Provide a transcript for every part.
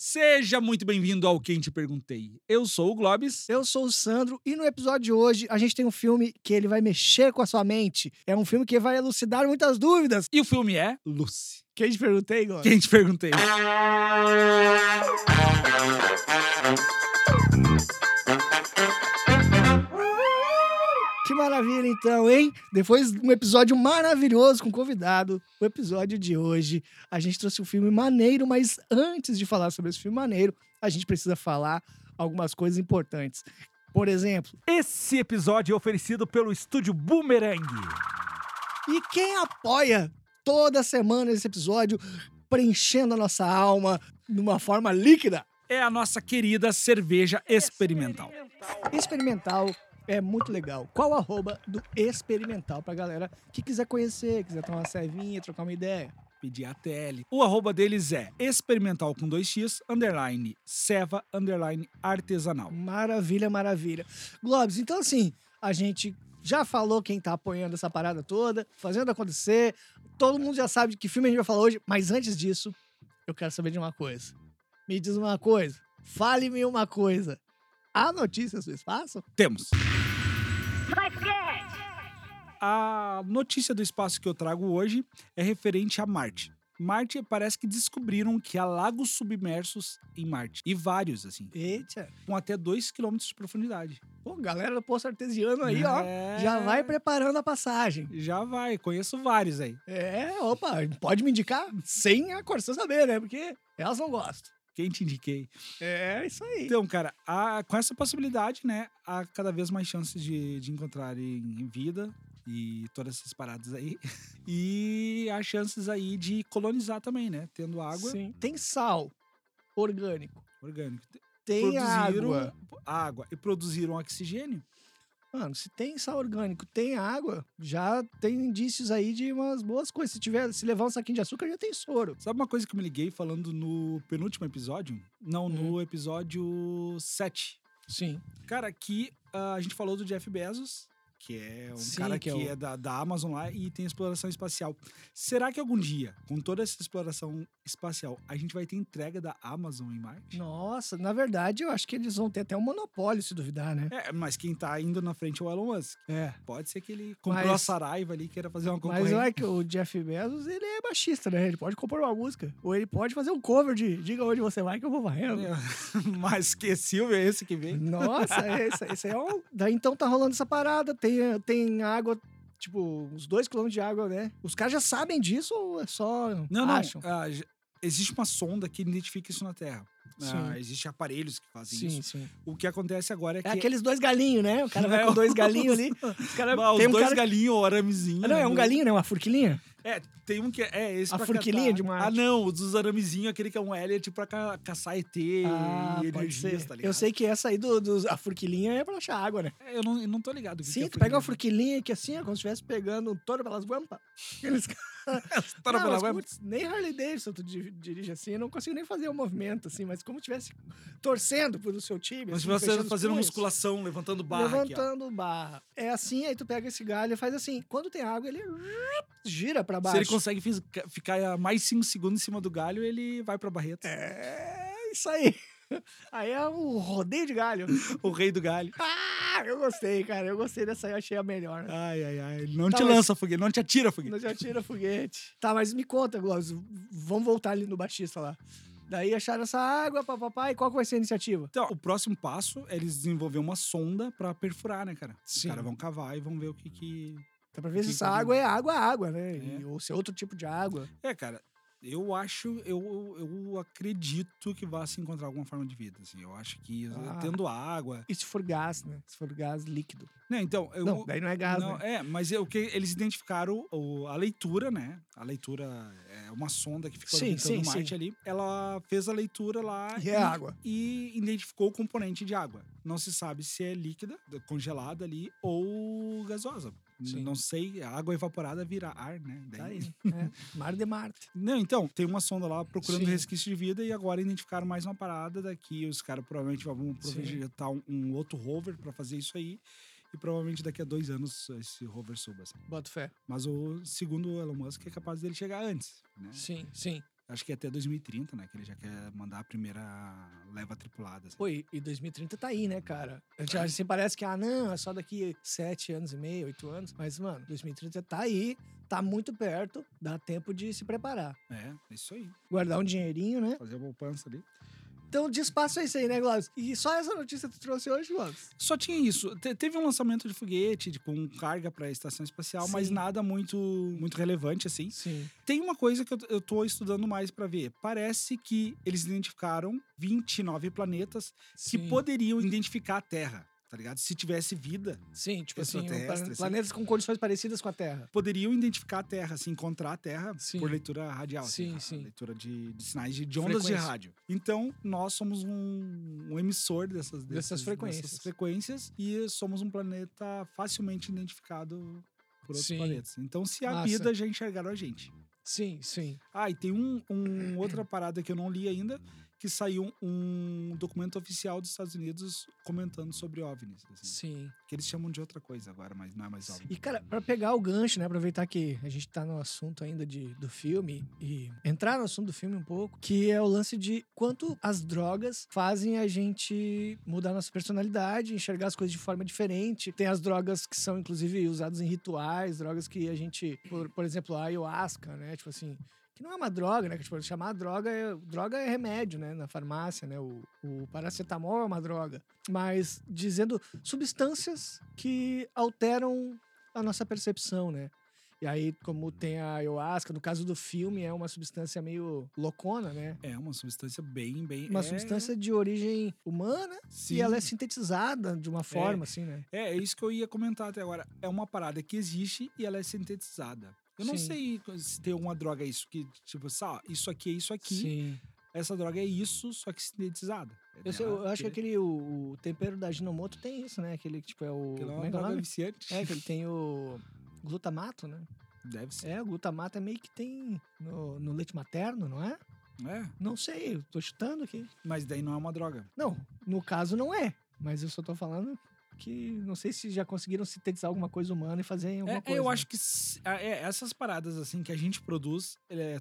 Seja muito bem-vindo ao Quem Te Perguntei. Eu sou o Globes. Eu sou o Sandro e no episódio de hoje a gente tem um filme que ele vai mexer com a sua mente. É um filme que vai elucidar muitas dúvidas. E o filme é Lucy. Quem te perguntei, Glória? Quem Te Perguntei. Que maravilha então, hein? Depois de um episódio maravilhoso com convidado, o episódio de hoje, a gente trouxe um filme maneiro, mas antes de falar sobre esse filme maneiro, a gente precisa falar algumas coisas importantes. Por exemplo, Esse episódio é oferecido pelo Estúdio Boomerang. e quem apoia toda semana esse episódio, preenchendo a nossa alma de uma forma líquida? É a nossa querida cerveja experimental. Experimental é muito legal. Qual o arroba do Experimental pra galera que quiser conhecer, quiser tomar uma cevinha, trocar uma ideia? Pedir a TL. O arroba deles é experimental com 2x, _ ceva, _ artesanal. Maravilha, maravilha. Globes, então assim, a gente já falou quem tá apoiando essa parada toda, fazendo acontecer, todo mundo já sabe de que filme a gente vai falar hoje, mas antes disso, eu quero saber de uma coisa. Me diz uma coisa, fale-me uma coisa. Há notícias do espaço? Temos. A notícia do espaço que eu trago hoje é referente a Marte. Marte parece que descobriram que há lagos submersos em Marte. E vários, assim. Eita. Com até 2 km de profundidade. Pô, galera do Poço Artesiano aí, ó, É. já vai preparando a passagem. Já vai, conheço vários aí. Opa, pode me indicar sem a Corsã saber, né? Porque elas não gostam. Quem te indiquei? É isso aí. Então, cara, com essa possibilidade, né, há cada vez mais chances de encontrarem vida e todas essas paradas aí. E há chances aí de colonizar também, né? Tendo água. Sim. Tem sal orgânico. Orgânico. Tem água. Água e produziram oxigênio. Mano, se tem sal orgânico, tem água, já tem indícios aí de umas boas coisas. Se levar um saquinho de açúcar, já tem soro. Sabe uma coisa que eu me liguei falando no penúltimo episódio? Não, no episódio 7. Sim. Cara, aqui a gente falou do Jeff Bezos, que é um cara que é da Amazon lá e tem exploração espacial. Será que algum dia, com toda essa exploração espacial, a gente vai ter entrega da Amazon em Marte? Nossa, na verdade, eu acho que eles vão ter até um monopólio, se duvidar, né? Mas quem tá indo na frente é o Elon Musk. É. Pode ser que ele comprou a Saraiva ali e queira fazer uma concorrência. Mas olha que o Jeff Bezos, ele é baixista, né? Ele pode compor uma música. Ou ele pode fazer um cover de Diga Onde Você Vai Que Eu Vou Varrendo. Mas que Silvio é esse que vem? Nossa, esse é um... Daí então tá rolando essa parada, tem água, tipo, uns 2 km de água, né? Os caras já sabem disso ou é só acham? Existe uma sonda que identifica isso na Terra. Existem aparelhos que fazem isso. Sim. O que acontece agora é que... aqueles 2 galinhos, né? O cara vai com 2 galinhos ali. Os dois galinhos ou aramezinho. Não, é um galinho, né? Uma furquilinha? Tem um que é esse a pra furquilinha de Marte. Não, os dos aramezinhos, aquele que é um Elliot pra caçar ET e energias, tá ligado? Eu sei que essa aí a furquilinha é pra achar água, né? Eu não tô ligado. Sim, tu pega uma furquilinha que assim, como se estivesse pegando um touro pelas guampas. Eles... nem Harley Davidson tu dirige assim, eu não consigo nem fazer um movimento assim, mas como se estivesse torcendo pro seu time. Mas assim, você fazendo musculação, levantando barra. Barra. É assim, aí tu pega esse galho e faz assim. Quando tem água, ele gira pra baixo. Se ele consegue ficar mais 5 segundos em cima do galho, ele vai pra barreta. É isso aí. Aí é o rodeio de galho. O rei do galho. Eu gostei, cara. Eu gostei dessa aí, eu achei a melhor. Ai. Não te lança foguete, não te atira foguete. Não te atira foguete. Tá, mas me conta, Glóvis. Vamos voltar ali no baixista lá. Daí acharam essa água, papapá, e qual que vai ser a iniciativa? Então, o próximo passo é eles desenvolver uma sonda pra perfurar, né, cara? Sim. Os caras vão cavar e vão ver o que... Dá pra ver se essa água é água, né? Ou se é outro tipo de água. Cara, eu acredito que vai se encontrar alguma forma de vida, assim. Eu acho que tendo água... E se for gás, né? Se for gás líquido. Então, não, daí não é gás, né? Mas o que eles identificaram a leitura, né? A leitura é uma sonda que fica orbitando Marte ali. Ela fez a leitura lá água. E identificou o componente de água. Não se sabe se é líquida, congelada ali, ou gasosa. Sim. Não sei, a água evaporada vira ar, né? Tá aí. Mar de Marte. Não, então, tem uma sonda lá procurando resquício de vida e agora identificaram mais uma parada daqui. Os caras provavelmente vão projetar um outro rover pra fazer isso aí. E provavelmente daqui a 2 anos esse rover suba. Assim. Bota fé. Mas segundo o Elon Musk, é capaz dele chegar antes, né? Sim. Acho que é até 2030, né? Que ele já quer mandar a primeira leva tripulada. Assim. Pô, e 2030 tá aí, né, cara? Já assim, parece que, não, é só daqui 7 anos e meio, 8 anos. Mas, mano, 2030 tá aí, tá muito perto, dá tempo de se preparar. É isso aí. Guardar um dinheirinho, né? Fazer a poupança ali. Então, de espaço é isso aí, né, Glaucio? E só essa notícia que tu trouxe hoje, Glaucio? Só tinha isso. Teve um lançamento de foguete com carga para a estação espacial, mas nada muito relevante, assim. Sim. Tem uma coisa que eu tô estudando mais para ver. Parece que eles identificaram 29 planetas que poderiam identificar a Terra. Tá ligado? Se tivesse vida. Sim, tipo assim, assim, planetas com condições parecidas com a Terra. Poderiam identificar a Terra, assim, encontrar a Terra por leitura radial. Sim, assim, leitura de sinais de ondas de rádio. Então, nós somos um emissor dessas frequências e somos um planeta facilmente identificado por outros planetas. Então, se a vida já enxergaram a gente. Sim. E tem outra parada que eu não li ainda, que saiu um documento oficial dos Estados Unidos comentando sobre OVNIs. Assim. Sim. Que eles chamam de outra coisa agora, mas não é mais OVNI. E, cara, pra pegar o gancho, né? Aproveitar que a gente tá no assunto ainda do filme e entrar no assunto do filme um pouco, que é o lance de quanto as drogas fazem a gente mudar nossa personalidade, enxergar as coisas de forma diferente. Tem as drogas que são, inclusive, usadas em rituais, drogas que a gente... Por exemplo, a ayahuasca, né? Tipo assim... Que não é uma droga, né? Que, tipo, chamar droga é remédio, né? Na farmácia, né? O paracetamol é uma droga. Mas dizendo substâncias que alteram a nossa percepção, né? E aí, como tem a ayahuasca, no caso do filme, é uma substância meio loucona, né? É uma substância bem... Uma substância de origem humana. Sim. E ela é sintetizada de uma forma, assim, né? É isso que eu ia comentar até agora. É uma parada que existe e ela é sintetizada. Eu não sei se tem alguma droga isso, que tipo, isso aqui é isso aqui. Sim. Essa droga é isso, só que sintetizada. Eu acho que o tempero da Ajinomoto tem isso, né? Aquele que tipo é o... Aquilo é uma droga viciante. É, que ele tem o glutamato, né? Deve ser. É, o glutamato é meio que tem no leite materno, não é? É? Não sei, eu tô chutando aqui. Mas daí não é uma droga. Não, no caso não é. Mas eu só tô falando... que não sei se já conseguiram sintetizar alguma coisa humana e fazer alguma coisa. Eu acho que essas paradas assim que a gente produz,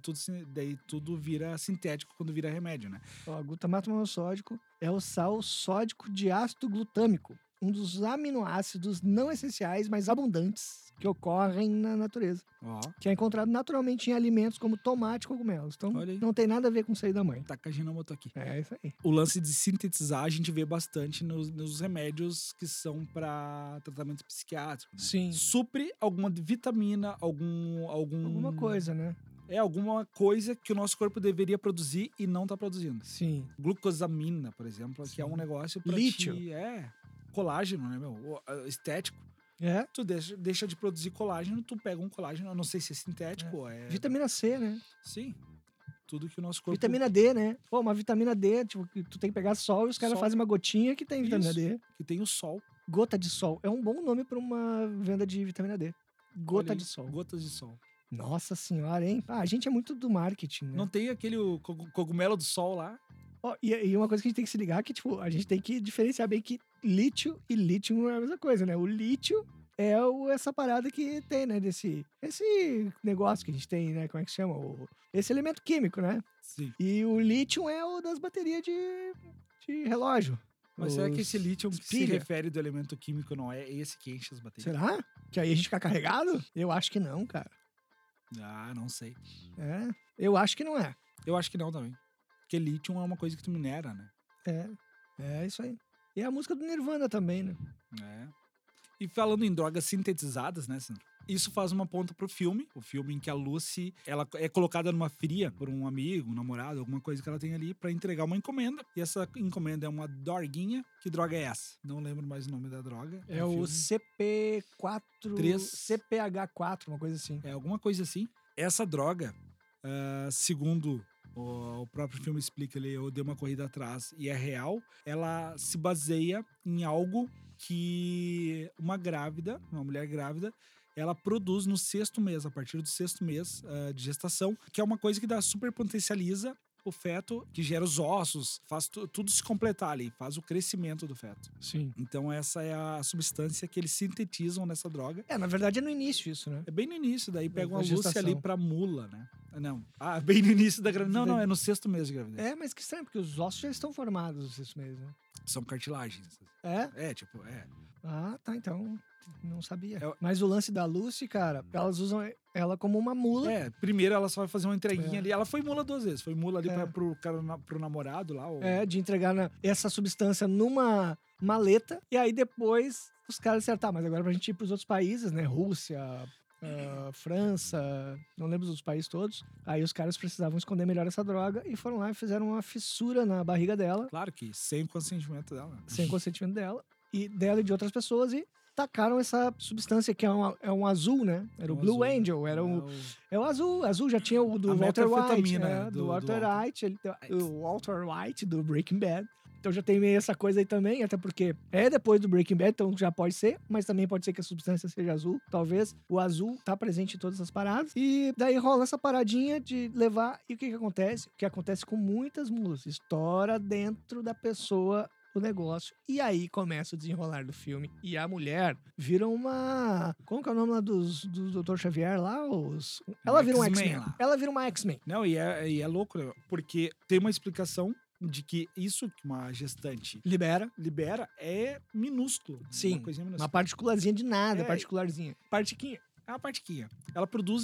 daí tudo vira sintético quando vira remédio, né? Ó, glutamato monossódico é o sal sódico de ácido glutâmico, um dos aminoácidos não essenciais, mas abundantes que ocorrem na natureza. Que é encontrado naturalmente em alimentos como tomate e cogumelos. Então, não tem nada a ver com sair da mãe. Tá que a gente não botou aqui. É isso aí. O lance de sintetizar a gente vê bastante nos remédios que são para tratamento psiquiátrico. Né? Sim. Supre alguma vitamina, alguma coisa, né? É alguma coisa que o nosso corpo deveria produzir e não tá produzindo. Sim. Glucosamina, por exemplo, que é um negócio pra lítio. Colágeno, né, meu? Estético. É. Tu deixa de produzir colágeno, tu pega um colágeno, eu não sei se é sintético ou é... Vitamina C, né? Sim. Tudo que o nosso corpo... Vitamina D, né? Pô, uma vitamina D, tipo, que tu tem que pegar sol e os caras fazem uma gotinha que tem vitamina D. Que tem o sol. Gota de sol. É um bom nome pra uma venda de vitamina D. Gota de sol. Gotas de sol. Nossa senhora, hein? A gente é muito do marketing, né? Não tem aquele cogumelo do sol lá? E uma coisa que a gente tem que se ligar é que, tipo, a gente tem que diferenciar bem que lítio e lítio não é a mesma coisa, né? O lítio é essa parada que tem, né? Esse negócio que a gente tem, né? Como é que chama? Esse elemento químico, né? Sim. E o lítio é o das baterias de relógio. Mas será que esse lítio que se refere do elemento químico não é esse que enche as baterias? Será? Que aí a gente fica carregado? Eu acho que não, cara. Não sei. Eu acho que não é. Eu acho que não também. Porque lítio é uma coisa que tu minera, né? É isso aí. E a música do Nirvana também, né? E falando em drogas sintetizadas, né, Sandro? Isso faz uma ponta pro filme. O filme em que a Lucy, ela é colocada numa fria por um amigo, um namorado, alguma coisa que ela tem ali pra entregar uma encomenda. E essa encomenda é uma dorguinha. Que droga é essa? Não lembro mais o nome da droga. É o CP4... CPH4, uma coisa assim. É alguma coisa assim. Essa droga, segundo o próprio filme explica ali, eu dei uma corrida atrás e é real, ela se baseia em algo que uma mulher grávida, ela produz no 6º mês, a partir do 6º mês de gestação, que é uma coisa que super potencializa o feto, que gera os ossos, faz tudo se completar ali, faz o crescimento do feto. Sim. Então essa é a substância que eles sintetizam nessa droga. Na verdade é no início isso, né? É bem no início, daí pegam a Lucy ali pra mula, né? Não. Bem no início da gravidez. Não, é no 6º mês de gravidez. É, mas que estranho, porque os ossos já estão formados no 6º mês, né? São cartilagens. É? É. Ah, tá, então não sabia. Mas o lance da Lucy, cara, elas usam ela como uma mula. Primeiro ela só vai fazer uma entreguinha ali. Ela foi mula 2 vezes. Foi mula ali pro namorado lá. De entregar essa substância numa maleta. E aí depois os caras disseram, mas agora pra gente ir pros outros países, né? Rússia, França, não lembro dos países todos. Aí os caras precisavam esconder melhor essa droga e foram lá e fizeram uma fissura na barriga dela. Claro que sem o consentimento dela. Sem o consentimento dela. E dela e de outras pessoas e tacaram essa substância que é um azul, né? Era o Blue azul. Angel, é o azul. Azul já tinha o do Walter White, do Walter White, o Walter White do Breaking Bad. Então já tem meio essa coisa aí também, até porque é depois do Breaking Bad, então já pode ser, mas também pode ser que a substância seja azul. Talvez o azul tá presente em todas as paradas. E daí rola essa paradinha de levar. E o que acontece? O que acontece com muitas mulas? Estoura dentro da pessoa o negócio. E aí começa o desenrolar do filme. E a mulher vira uma... Como que é o nome lá do Dr. Xavier lá? Ela vira um X-Men. Ela vira uma X-Men. Não, e é louco, né? Porque tem uma explicação de que isso que uma gestante libera é minúsculo. Sim, uma coisinha minúscula. Uma particularzinha de nada, particularzinha. Partiquinha. É uma partiquinha. Ela produz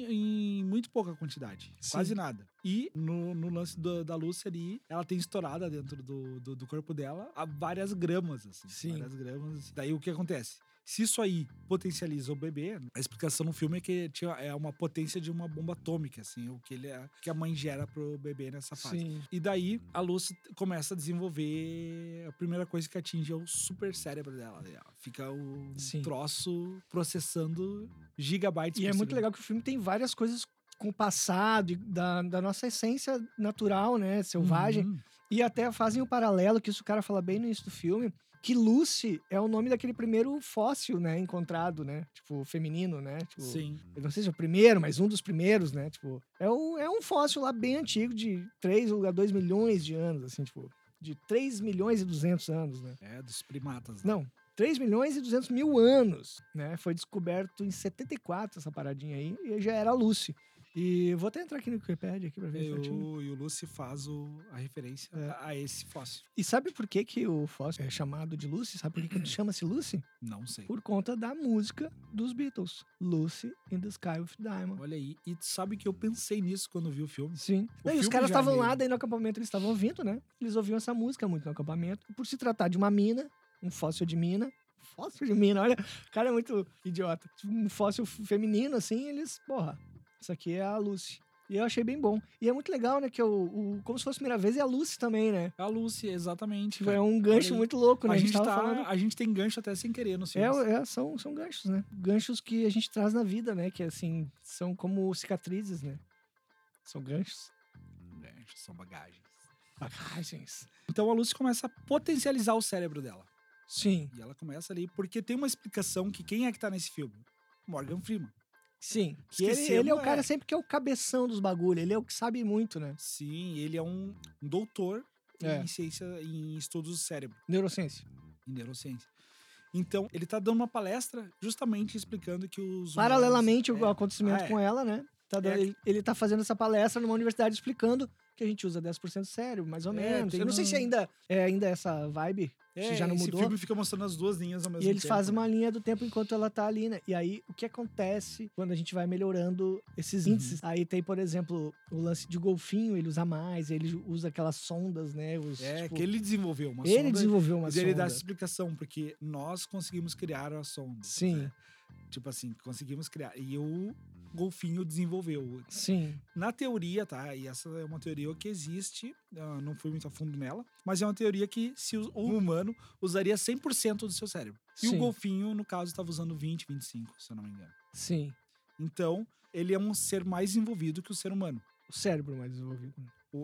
em muito pouca quantidade. Sim. Quase nada. E no lance da Lucy ali, ela tem estourada dentro do corpo dela a várias gramas, assim. Sim. Várias gramas. Daí o que acontece? Se isso aí potencializa o bebê, a explicação no filme é que é uma potência de uma bomba atômica, assim, o que a mãe gera pro bebê nessa fase. Sim. E daí a Lucy começa a desenvolver a primeira coisa que atinge é o super cérebro dela. Fica o troço processando gigabytes por segundo. E é muito segundo. legal que o filme tem várias coisas com o passado, da nossa essência natural, né, selvagem. Uhum. E até fazem o paralelo, que isso o cara fala bem no início do filme, que Lucy é o nome daquele primeiro fóssil, né, encontrado, né, tipo, feminino, né, tipo, sim. Eu não sei se é o primeiro, mas um dos primeiros, né, tipo, é um fóssil lá bem antigo, de 3 a 2 milhões de anos, assim, tipo, de 3 milhões e 200 anos, né. É, dos primatas. Né? Não, 3 milhões e 200 mil anos, né, foi descoberto em 74 essa paradinha aí, e já era Lucy. E vou até entrar aqui no Wikipedia aqui pra ver certinho. E o Lucy faz a referência a esse fóssil. E sabe por que o fóssil é chamado de Lucy? Sabe por que chama-se Lucy? Não sei. Por conta da música dos Beatles. Lucy in the Sky with Diamonds. Olha aí. E sabe que eu pensei nisso quando vi o filme? Sim. E os caras estavam lá, daí no acampamento eles estavam ouvindo, né? Eles ouviam essa música muito no acampamento. Por se tratar de uma mina, um fóssil de mina. Fóssil de mina, olha. O cara é muito idiota. Um fóssil feminino, assim, eles... Porra, isso aqui é a Lucy. E eu achei bem bom. E é muito legal, né? Que como se fosse a primeira vez, é a Lucy também, né? A Lucy, exatamente. É um gancho muito louco, né? A gente tem gancho até sem querer no filme. São ganchos, né? Ganchos que a gente traz na vida, né? Que, assim, são como cicatrizes, né? São ganchos. Ganchos, são bagagens. Bagagens. Então a Lucy começa a potencializar o cérebro dela. Sim. E ela começa ali, porque tem uma explicação que quem é que tá nesse filme? Morgan Freeman. Sim, ele é o cara sempre que é o cabeção dos bagulho, ele é o que sabe muito, né? Sim, ele é um doutor em ciência, em estudos do cérebro. Neurociência. Em neurociência. Então, ele tá dando uma palestra justamente explicando que os paralelamente ao acontecimento com ela, né? Ele tá fazendo essa palestra numa universidade explicando que a gente usa 10% do cérebro, mais ou menos. Eu não sei se ainda é essa vibe, se já não mudou. Esse filme fica mostrando as duas linhas ao mesmo tempo. E eles fazem uma linha do tempo enquanto ela tá ali, né? E aí, o que acontece quando a gente vai melhorando esses índices? Aí tem, por exemplo, o lance de golfinho, ele usa mais, ele usa aquelas sondas, né? Que ele desenvolveu uma sonda. Ele desenvolveu uma sonda. E ele dá essa explicação, porque nós conseguimos criar a sonda. Sim. Né? Tipo assim, conseguimos criar. E o golfinho desenvolveu. Sim. Na teoria, tá? E essa é uma teoria que existe, não fui muito a fundo nela, mas é uma teoria que se o humano usaria 100% do seu cérebro. E o golfinho, no caso, estava usando 20, 25, se eu não me engano. Sim. Então, ele é um ser mais desenvolvido que o ser humano. O cérebro mais desenvolvido.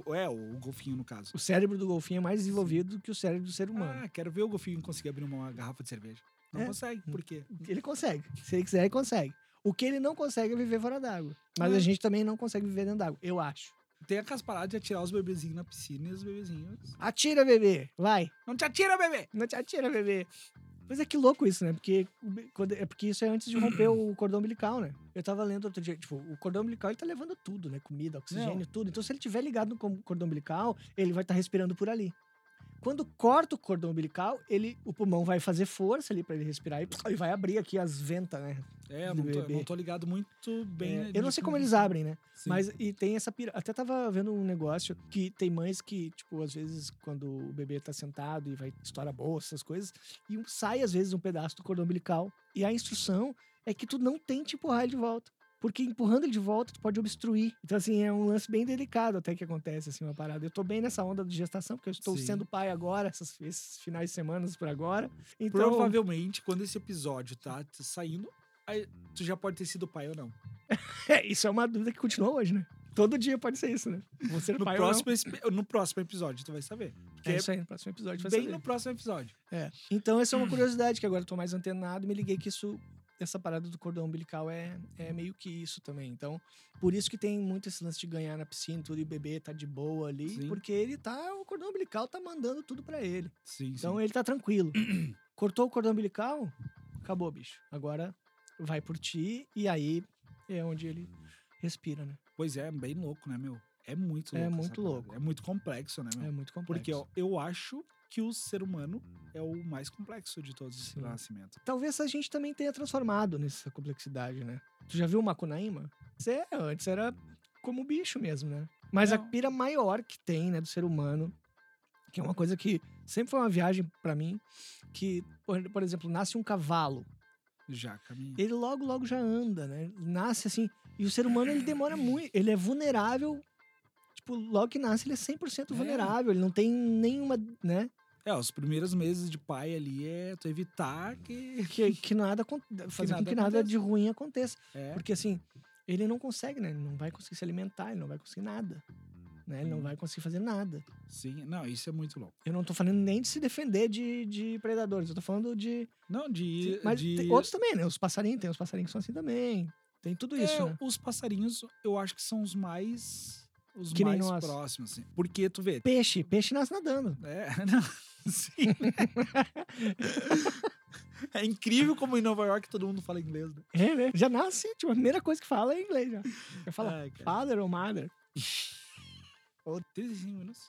O golfinho, no caso. O cérebro do golfinho é mais desenvolvido do que o cérebro do ser humano. Quero ver o golfinho conseguir abrir uma garrafa de cerveja. Não consegue, por quê? Ele consegue. Se ele quiser, ele consegue. O que ele não consegue é viver fora d'água. Mas a gente também não consegue viver dentro d'água, eu acho. Tem aquelas paradas de atirar os bebezinhos na piscina e os bebezinhos... Atira, bebê! Vai! Não te atira, bebê! Não te atira, bebê! Mas é que louco isso, né? Porque isso é antes de romper o cordão umbilical, né? Eu tava lendo outro dia, tipo, o cordão umbilical, ele tá levando tudo, né? Comida, oxigênio, tudo. Então, se ele tiver ligado no cordão umbilical, ele vai estar respirando por ali. Quando corta o cordão umbilical, o pulmão vai fazer força ali pra ele respirar e vai abrir aqui as ventas, né? Eu não tô ligado muito bem. Eu não sei como eles abrem, né? Sim. Mas e tem essa até tava vendo um negócio que tem mães que, tipo, às vezes, quando o bebê tá sentado e vai estourar a bolsa, essas coisas, e sai, às vezes, um pedaço do cordão umbilical. E a instrução é que tu não tem que empurrar ele de volta. Porque empurrando ele de volta, tu pode obstruir. Então, assim, é um lance bem delicado até que acontece, assim, uma parada. Eu tô bem nessa onda de gestação, porque eu estou sendo pai agora, esses finais de semana por agora. Então, provavelmente, quando esse episódio tá saindo, aí, tu já pode ter sido pai ou não. Isso é uma dúvida que continua hoje, né? Todo dia pode ser isso, né? Vou ser pai ou não. No próximo episódio, tu vai saber. É isso aí, no próximo episódio vai saber. Bem no próximo episódio. Então, essa é uma curiosidade, que agora eu tô mais antenado e me liguei que essa parada do cordão umbilical é meio que isso também. Então, por isso que tem muito esse lance de ganhar na piscina, tudo, e o bebê tá de boa ali, sim. Porque o cordão umbilical tá mandando tudo pra ele. Sim, então, ele tá tranquilo. Cortou o cordão umbilical, acabou, bicho. Agora vai por ti, e aí é onde ele respira, né? Pois é, bem louco, né, meu? É muito louco. É muito louco. É muito complexo, né, meu? É muito complexo. Porque eu acho que o ser humano é o mais complexo de todos os nascimentos. Talvez a gente também tenha transformado nessa complexidade, né? Tu já viu o Macunaíma? Antes era como bicho mesmo, né? Mas a pira maior que tem, né, do ser humano, que é uma coisa que sempre foi uma viagem pra mim, que, por exemplo, nasce um cavalo. Já caminha. Ele logo já anda, né? Nasce assim. E o ser humano, ele demora muito. Ele é vulnerável. Tipo, logo que nasce, ele é 100% vulnerável. Ele não tem nenhuma, né? Os primeiros meses de pai ali é tu evitar que nada fazer com que nada de ruim aconteça. Porque assim, ele não consegue, né? Ele não vai conseguir se alimentar, ele não vai conseguir nada. Né? Ele não vai conseguir fazer nada. Sim, não, isso é muito louco. Eu não tô falando nem de se defender de predadores, eu tô falando de... Não, mas tem outros também, né? Os passarinhos, tem os passarinhos que são assim também. Tem tudo isso, né? Os passarinhos, eu acho que são os mais próximos, assim. Porque, tu vê... Peixe nasce nadando. Não, sim. É incrível como em Nova York todo mundo fala inglês, né? Né? Já nasce, tipo, a primeira coisa que fala é inglês, já. Já fala father ou mother. 35 minutos.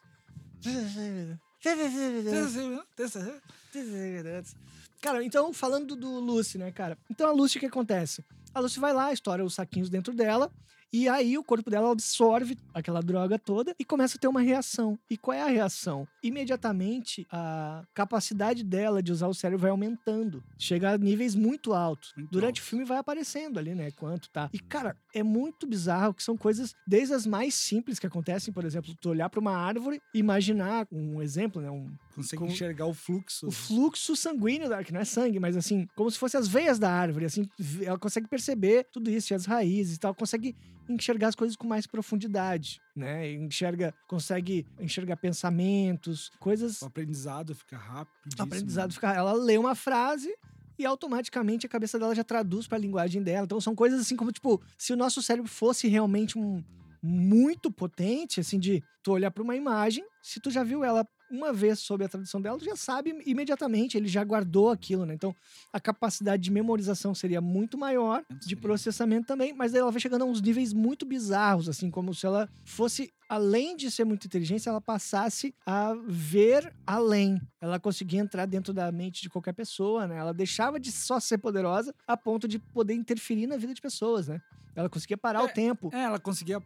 Cara, então, falando do Lucy, né, cara? Então, a Lucy, o que acontece? A Lucy vai lá, estoura os saquinhos dentro dela, e aí o corpo dela absorve aquela droga toda e começa a ter uma reação. E qual é a reação? Imediatamente, a capacidade dela de usar o cérebro vai aumentando. Chega a níveis muito altos. Durante o filme vai aparecendo ali, né, quanto tá. E, cara, é muito bizarro que são coisas desde as mais simples que acontecem. Por exemplo, tu olhar pra uma árvore e imaginar um exemplo, né, consegue enxergar o fluxo. O fluxo sanguíneo, que não é sangue, mas assim, como se fossem as veias da árvore, assim, ela consegue perceber tudo isso, e as raízes e tal, consegue enxergar as coisas com mais profundidade, né? Consegue enxergar pensamentos, coisas... O aprendizado fica rápido. Ela lê uma frase e automaticamente a cabeça dela já traduz para a linguagem dela. Então são coisas assim como, tipo, se o nosso cérebro fosse realmente muito potente, assim, de tu olhar para uma imagem, se tu já viu ela uma vez sob a tradução dela, tu já sabe imediatamente, ele já guardou aquilo, né? Então, a capacidade de memorização seria muito maior, de processamento também, mas daí ela vai chegando a uns níveis muito bizarros, assim, como se ela fosse, além de ser muito inteligente, ela passasse a ver além. Ela conseguia entrar dentro da mente de qualquer pessoa, né? Ela deixava de só ser poderosa a ponto de poder interferir na vida de pessoas, né? Ela conseguia parar o tempo. Ela conseguia...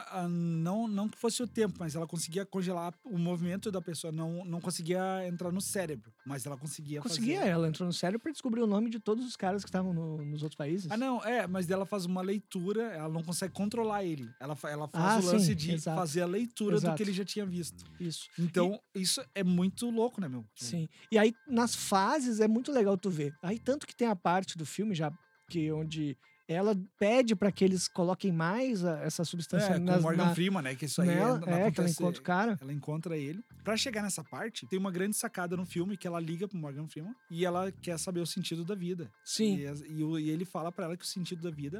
não que fosse o tempo, mas ela conseguia congelar o movimento da pessoa. Não conseguia entrar no cérebro, mas ela conseguia fazer. Ela entrou no cérebro e descobriu o nome de todos os caras que estavam nos outros países. Mas ela faz uma leitura, ela não consegue controlar ele. Ela faz o lance de fazer a leitura do que ele já tinha visto. Isso. Então, isso é muito louco, né, meu? Sim. E aí, nas fases, é muito legal tu ver. Aí, tanto que tem a parte do filme já, onde... ela pede para que eles coloquem mais essa substância com Morgan Freeman, né? Que isso aí que ela encontra o cara. Ela encontra ele. Pra chegar nessa parte, tem uma grande sacada no filme que ela liga pro Morgan Freeman e ela quer saber o sentido da vida. Sim. E ele fala pra ela que o sentido da vida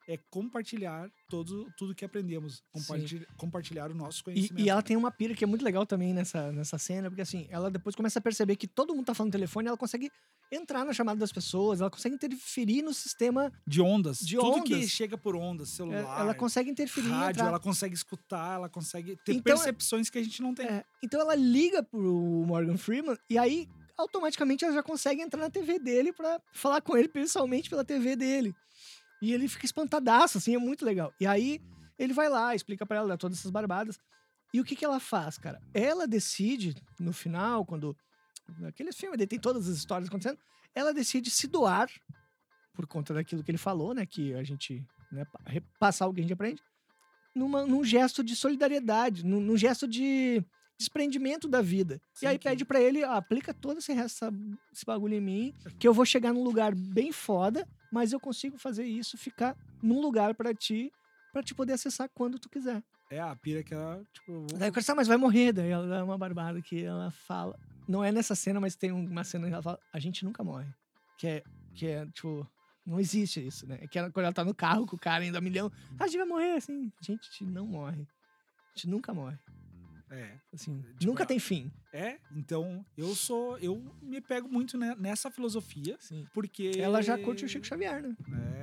é compartilhar tudo que aprendemos. Compartilhar o nosso conhecimento. E ela tem uma pira que é muito legal também nessa cena, porque assim, ela depois começa a perceber que todo mundo tá falando no telefone, ela consegue entrar na chamada das pessoas, ela consegue interferir no sistema de ondas. Tudo que chega por ondas, celular, ela consegue interferir, rádio, ela consegue escutar, ela consegue ter percepções que a gente não tem. Então ela liga pro Morgan Freeman e aí automaticamente ela já consegue entrar na TV dele pra falar com ele pessoalmente pela TV dele. E ele fica espantadaço, assim, é muito legal. E aí ele vai lá, explica pra ela todas essas barbadas. E o que ela faz, cara? Ela decide, no final, quando... Naqueles filmes, tem todas as histórias acontecendo. Ela decide se doar, por conta daquilo que ele falou, né? Que a gente... Né, repassar o que a gente aprende. Num gesto de solidariedade, num gesto de desprendimento da vida. Sim, e aí pede pra ele, aplica todo esse bagulho em mim, que eu vou chegar num lugar bem foda, mas eu consigo fazer isso, ficar num lugar pra te poder acessar quando tu quiser. É a pira que ela, tipo... Daí eu quero mas vai morrer. Daí ela dá uma barbada que ela fala... Não é nessa cena, mas tem uma cena que ela fala, a gente nunca morre. Que é tipo... Não existe isso, né? Que quando ela tá no carro com o cara ainda a milhão, a gente vai morrer, assim. A gente não morre. A gente nunca morre. Assim, tipo, nunca tem fim. Então eu me pego muito nessa filosofia. Sim. Porque... Ela já curte o Chico Xavier, né?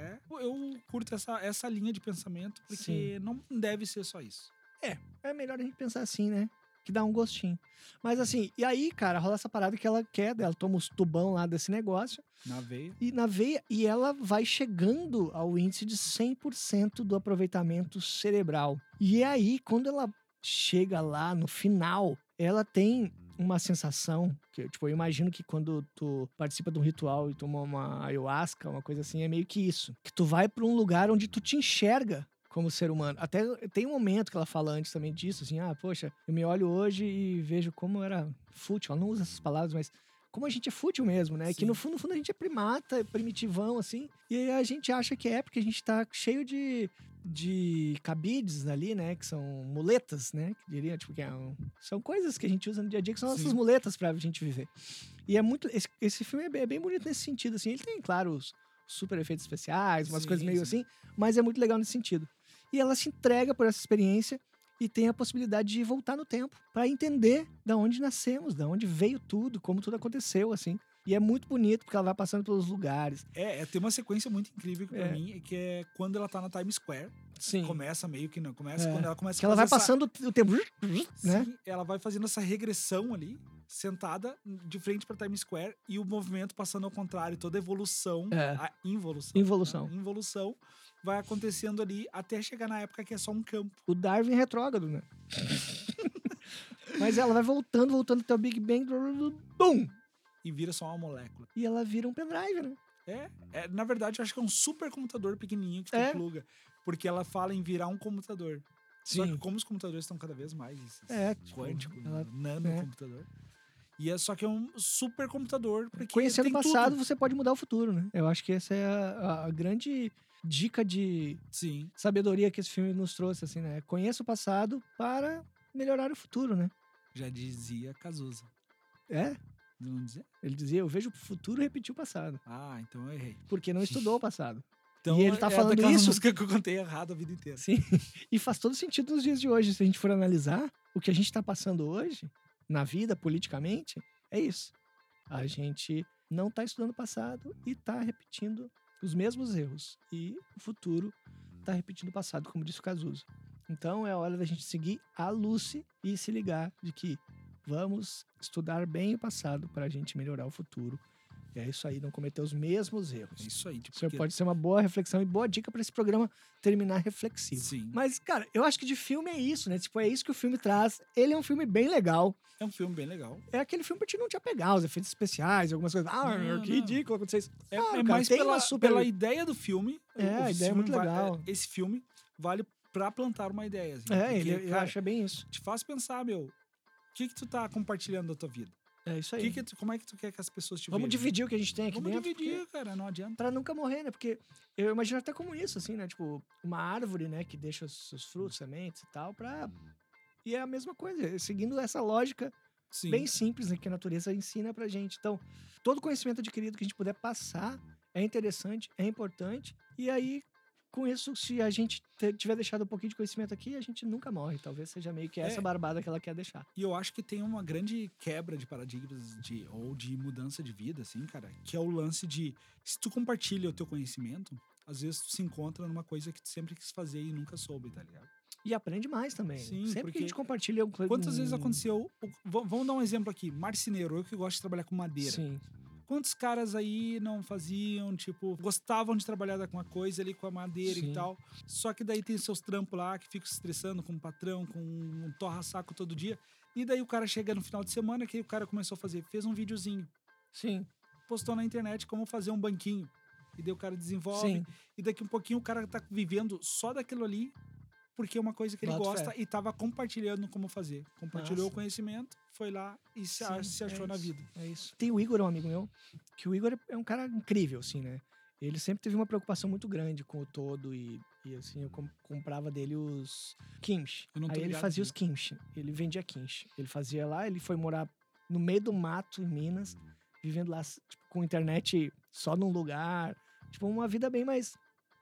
Eu curto essa linha de pensamento, porque não deve ser só isso. É melhor a gente pensar assim, né? Que dá um gostinho. Mas assim, e aí, cara, rola essa parada que ela quer, ela toma os tubão lá desse negócio. Na veia. E ela vai chegando ao índice de 100% do aproveitamento cerebral. E aí, quando ela chega lá no final, ela tem uma sensação que, tipo, eu imagino que quando tu participa de um ritual e toma uma ayahuasca, uma coisa assim, é meio que isso. Que tu vai pra um lugar onde tu te enxerga como ser humano. Até tem um momento que ela fala antes também disso, assim, poxa, eu me olho hoje e vejo como eu era fútil. Ela não usa essas palavras, mas como a gente é fútil mesmo, né? Sim. Que no fundo a gente é primata, é primitivão, assim. E a gente acha que porque a gente tá cheio de cabides ali, né? Que são muletas, né? Que diria, tipo, são coisas que a gente usa no dia a dia, que são nossas muletas pra gente viver. E é muito... Esse filme é bem bonito nesse sentido, assim. Ele tem, claro, os super efeitos especiais, umas coisas meio assim, mas é muito legal nesse sentido. E ela se entrega por essa experiência e tem a possibilidade de voltar no tempo para entender da onde nascemos, da onde veio tudo, como tudo aconteceu, assim. E é muito bonito, porque ela vai passando pelos lugares. Tem uma sequência muito incrível pra mim, que é quando ela tá na Times Square. Sim. Começa meio que não. Começa quando ela começa que ela vai passando o tempo, né? Sim, ela vai fazendo essa regressão ali, sentada de frente pra Times Square, e o movimento passando ao contrário, toda a evolução, a involução vai acontecendo ali até chegar na época que é só um campo. O Darwin retrógrado, né? Mas ela vai voltando até o Big Bang, bum! E vira só uma molécula. E ela vira um pendrive, né? Na verdade, eu acho que é um supercomputador pequenininho que tu pluga. Porque ela fala em virar um computador. Sim. Só que como os computadores estão cada vez mais quântico, nanocomputador. E só que é um supercomputador. Conhecendo o passado, você pode mudar o futuro, né? Eu acho que essa é a grande dica de sabedoria que esse filme nos trouxe, assim, né? Conheça o passado para melhorar o futuro, né? Já dizia Cazuza. Não dizia? Ele dizia, eu vejo o futuro repetir o passado. Então eu errei. Porque não estudou o passado. Então, e ele tá falando isso. Música que eu contei errado a vida inteira. Sim. E faz todo sentido nos dias de hoje. Se a gente for analisar o que a gente tá passando hoje, na vida, politicamente, é isso. A gente não tá estudando o passado e tá repetindo os mesmos erros. E o futuro tá repetindo o passado, como disse o Cazuza. Então é hora da gente seguir a Lucy e se ligar de que vamos estudar bem o passado para a gente melhorar o futuro. E é isso aí, não cometer os mesmos erros. É isso aí. Isso pode ser uma boa reflexão e boa dica para esse programa terminar reflexivo. Sim. Mas, cara, eu acho que de filme é isso, né? Tipo, é isso que o filme traz. Ele é um filme bem legal. É um filme bem legal. É aquele filme pra te não te apegar, os efeitos especiais, algumas coisas. Que ridículo acontecer isso. É mais pela ideia do filme. A ideia é muito legal. Esse filme vale pra plantar uma ideia. Assim, porque, eu acho bem isso. Te faz pensar, o que tu tá compartilhando da tua vida? É isso aí. Como é que tu quer que as pessoas te Vamos vejam? dividir o que a gente tem aqui dentro. Vamos dividir, cara, não adianta. Pra nunca morrer, né? Porque eu imagino até como isso, assim, né? Tipo, uma árvore, né? Que deixa os seus frutos, sementes e tal, E é a mesma coisa, seguindo essa lógica bem simples, né? Que a natureza ensina pra gente. Então, todo conhecimento adquirido que a gente puder passar é interessante, é importante. E aí, com isso, se a gente tiver deixado um pouquinho de conhecimento aqui, a gente nunca morre. Talvez seja meio que essa barbada que ela quer deixar. E eu acho que tem uma grande quebra de paradigmas ou de mudança de vida, assim, cara, que é o lance de, se tu compartilha o teu conhecimento, às vezes tu se encontra numa coisa que tu sempre quis fazer e nunca soube, tá ligado? E aprende mais também. Sim, sempre que a gente compartilha... Quantas vezes aconteceu... Vamos dar um exemplo aqui. Marceneiro, eu que gosto de trabalhar com madeira. Sim. Quantos caras aí não faziam, tipo, gostavam de trabalhar com uma coisa ali, com a madeira e tal. Só que daí tem seus trampos lá, que ficam se estressando com o patrão, com um torra-saco todo dia. E daí o cara chega no final de semana, que o cara começou a fazer, fez um videozinho. Sim. Postou na internet como fazer um banquinho. E daí o cara desenvolve. Sim. E daqui um pouquinho o cara tá vivendo só daquilo ali, porque é uma coisa que ele gosta e tava compartilhando como fazer. Compartilhou o conhecimento, foi lá e se achou na vida. É isso. Tem o Igor, um amigo meu, que o Igor é um cara incrível, assim, né? Ele sempre teve uma preocupação muito grande com o todo e assim, eu comprava dele os kimchi. Aí ele fazia os kimchi, ele vendia kimchi. Ele fazia lá, ele foi morar no meio do mato, em Minas, vivendo lá, tipo, com internet só num lugar. Tipo, uma vida bem mais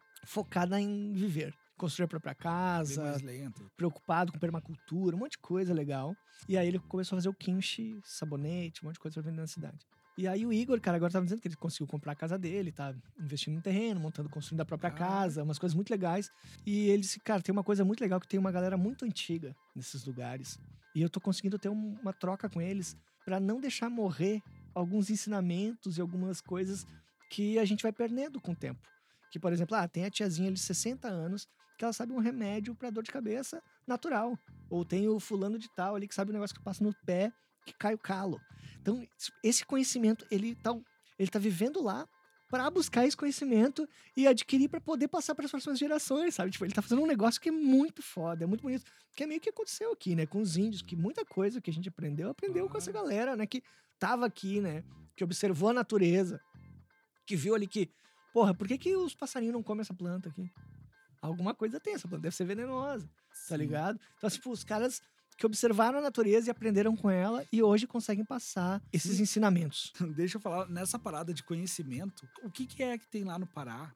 focada em viver. Construir a própria casa, preocupado com permacultura, um monte de coisa legal. E aí ele começou a fazer o kimchi, sabonete, um monte de coisa pra vender na cidade. E aí o Igor, cara, agora tava dizendo que ele conseguiu comprar a casa dele, tá investindo em terreno, construindo a própria casa, umas coisas muito legais. E ele disse, cara, tem uma coisa muito legal que tem uma galera muito antiga nesses lugares. E eu tô conseguindo ter uma troca com eles pra não deixar morrer alguns ensinamentos e algumas coisas que a gente vai perdendo com o tempo. Que, por exemplo, tem a tiazinha de 60 anos que ela sabe um remédio pra dor de cabeça natural. Ou tem o fulano de tal ali que sabe um negócio que passa no pé que cai o calo. Então, esse conhecimento, ele tá vivendo lá pra buscar esse conhecimento e adquirir pra poder passar para as próximas gerações, sabe? Tipo, ele tá fazendo um negócio que é muito foda, é muito bonito. Que é meio que aconteceu aqui, né? Com os índios, que muita coisa que a gente aprendeu com essa galera, né? Que tava aqui, né? Que observou a natureza, que viu ali que, porra, por que os passarinhos não comem essa planta aqui? Alguma coisa tem, essa planta deve ser venenosa, tá ligado? Então, tipo, os caras que observaram a natureza e aprenderam com ela e hoje conseguem passar esses ensinamentos. Deixa eu falar, nessa parada de conhecimento, o que é que tem lá no Pará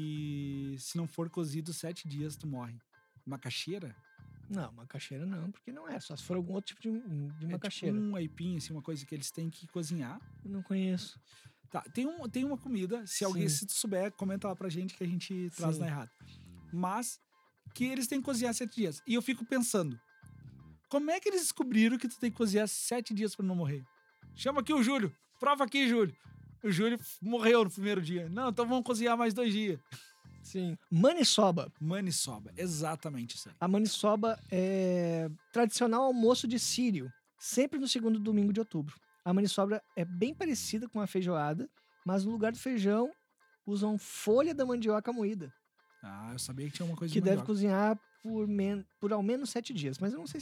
que se não for cozido 7 dias tu morre? Macaxeira? Não, macaxeira não, porque não é, só se for algum outro tipo de macaxeira. Tipo um aipim, assim, uma coisa que eles têm que cozinhar. Eu não conheço. Tá, tem uma comida, se tu souber, comenta lá pra gente que a gente traz na errada. Mas que eles têm que cozinhar 7 dias. E eu fico pensando, como é que eles descobriram que tu tem que cozinhar 7 dias pra não morrer? Chama aqui o Júlio. Prova aqui, Júlio. O Júlio morreu no primeiro dia. Não, então vamos cozinhar mais 2 dias. Sim. Maniçoba. Maniçoba, exatamente isso aí. A maniçoba é tradicional almoço de sírio, sempre no segundo domingo de outubro. A maniçoba é bem parecida com a feijoada, mas no lugar do feijão usam folha da mandioca moída. Ah, eu sabia que tinha uma coisa que deve cozinhar por ao menos 7 dias. Mas eu não sei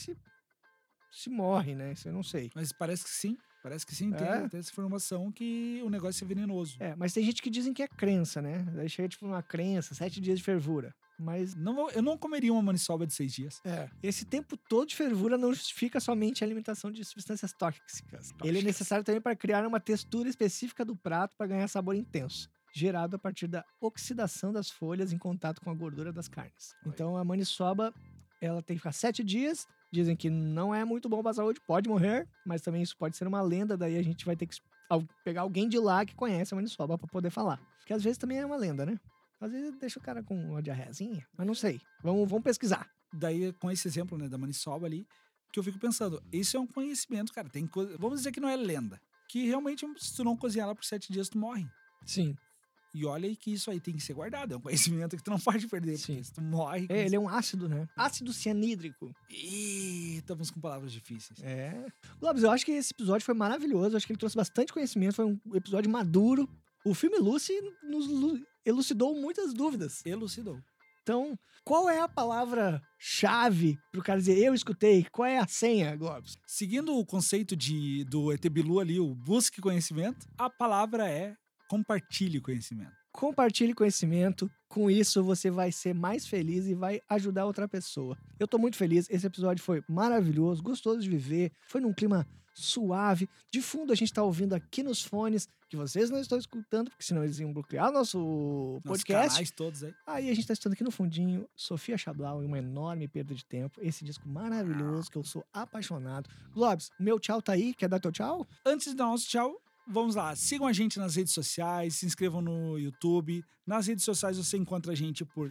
se morre, né? Isso eu não sei. Mas parece que sim. Tem essa informação que o negócio é venenoso. Mas tem gente que dizem que é crença, né? Daí chega tipo uma crença, 7 dias de fervura. Mas eu não comeria uma maniçoba de 6 dias. Esse tempo todo de fervura não justifica somente a alimentação de substâncias tóxicas. Ele é necessário também para criar uma textura específica do prato para ganhar sabor intenso, gerado a partir da oxidação das folhas em contato com a gordura das carnes. Então a maniçoba, ela tem que ficar 7 dias. Dizem que não é muito bom pra saúde, pode morrer, mas também isso pode ser uma lenda, daí a gente vai ter que pegar alguém de lá que conhece a maniçoba pra poder falar. Porque às vezes também é uma lenda, né? Às vezes deixa o cara com uma diarreazinha, mas não sei. Vamos pesquisar. Daí, com esse exemplo, né, da maniçoba ali, que eu fico pensando, isso é um conhecimento, cara. Tem coisa, vamos dizer que não é lenda. Que realmente, se tu não cozinhar ela por 7 dias, tu morre. Sim. E olha aí que isso aí tem que ser guardado. É um conhecimento que tu não pode perder. Sim. Se tu morre... Ele é um ácido, né? Ácido cianídrico. Ih, estamos com palavras difíceis. Globes, eu acho que esse episódio foi maravilhoso. Eu acho que ele trouxe bastante conhecimento. Foi um episódio maduro. O filme Lucy nos elucidou muitas dúvidas. Elucidou. Então, qual é a palavra-chave pro cara dizer, eu escutei? Qual é a senha, Globes? Seguindo o conceito do ET Bilu ali, o busque conhecimento, a palavra é compartilhe conhecimento. Compartilhe conhecimento. Com isso, você vai ser mais feliz e vai ajudar outra pessoa. Eu tô muito feliz. Esse episódio foi maravilhoso, gostoso de viver. Foi num clima suave. De fundo a gente tá ouvindo aqui nos fones, que vocês não estão escutando, porque senão eles iam bloquear nosso podcast. Canais todos aí. Aí a gente tá escutando aqui no fundinho Sofia Chablau e uma enorme perda de tempo. Esse disco maravilhoso que eu sou apaixonado. Globes, o meu tchau tá aí. Quer dar teu tchau? Antes de dar nosso tchau, vamos lá. Sigam a gente nas redes sociais, se inscrevam no YouTube. Nas redes sociais você encontra a gente por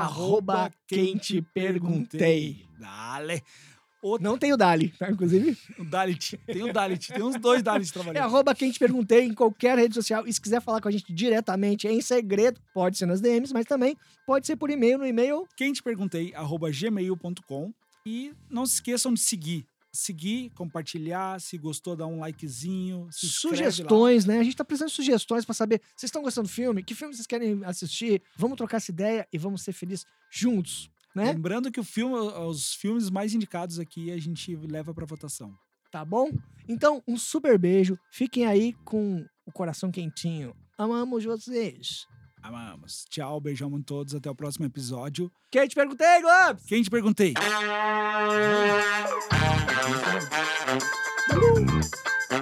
@quemteperguntei. Dale. Não tem o Dali, tá? Inclusive. O Dalit. Tem o Dalit. Tem uns 2 Dalits trabalhando. @quemteperguntei em qualquer rede social. E se quiser falar com a gente diretamente, em segredo, pode ser nas DMs, mas também pode ser por e-mail, no e-mail quemteperguntei@gmail.com. E não se esqueçam de seguir, compartilhar, se gostou, dá um likezinho, se sugestões, né? A gente tá precisando de sugestões pra saber, vocês estão gostando do filme? Que filme vocês querem assistir? Vamos trocar essa ideia e vamos ser felizes juntos, né? Lembrando que os filmes mais indicados aqui a gente leva pra votação. Tá bom? Então, um super beijo. Fiquem aí com o coração quentinho. Amamos vocês. Amamos. Tchau, beijão a todos. Até o próximo episódio. Quem te perguntei, Globes? Quem te perguntei?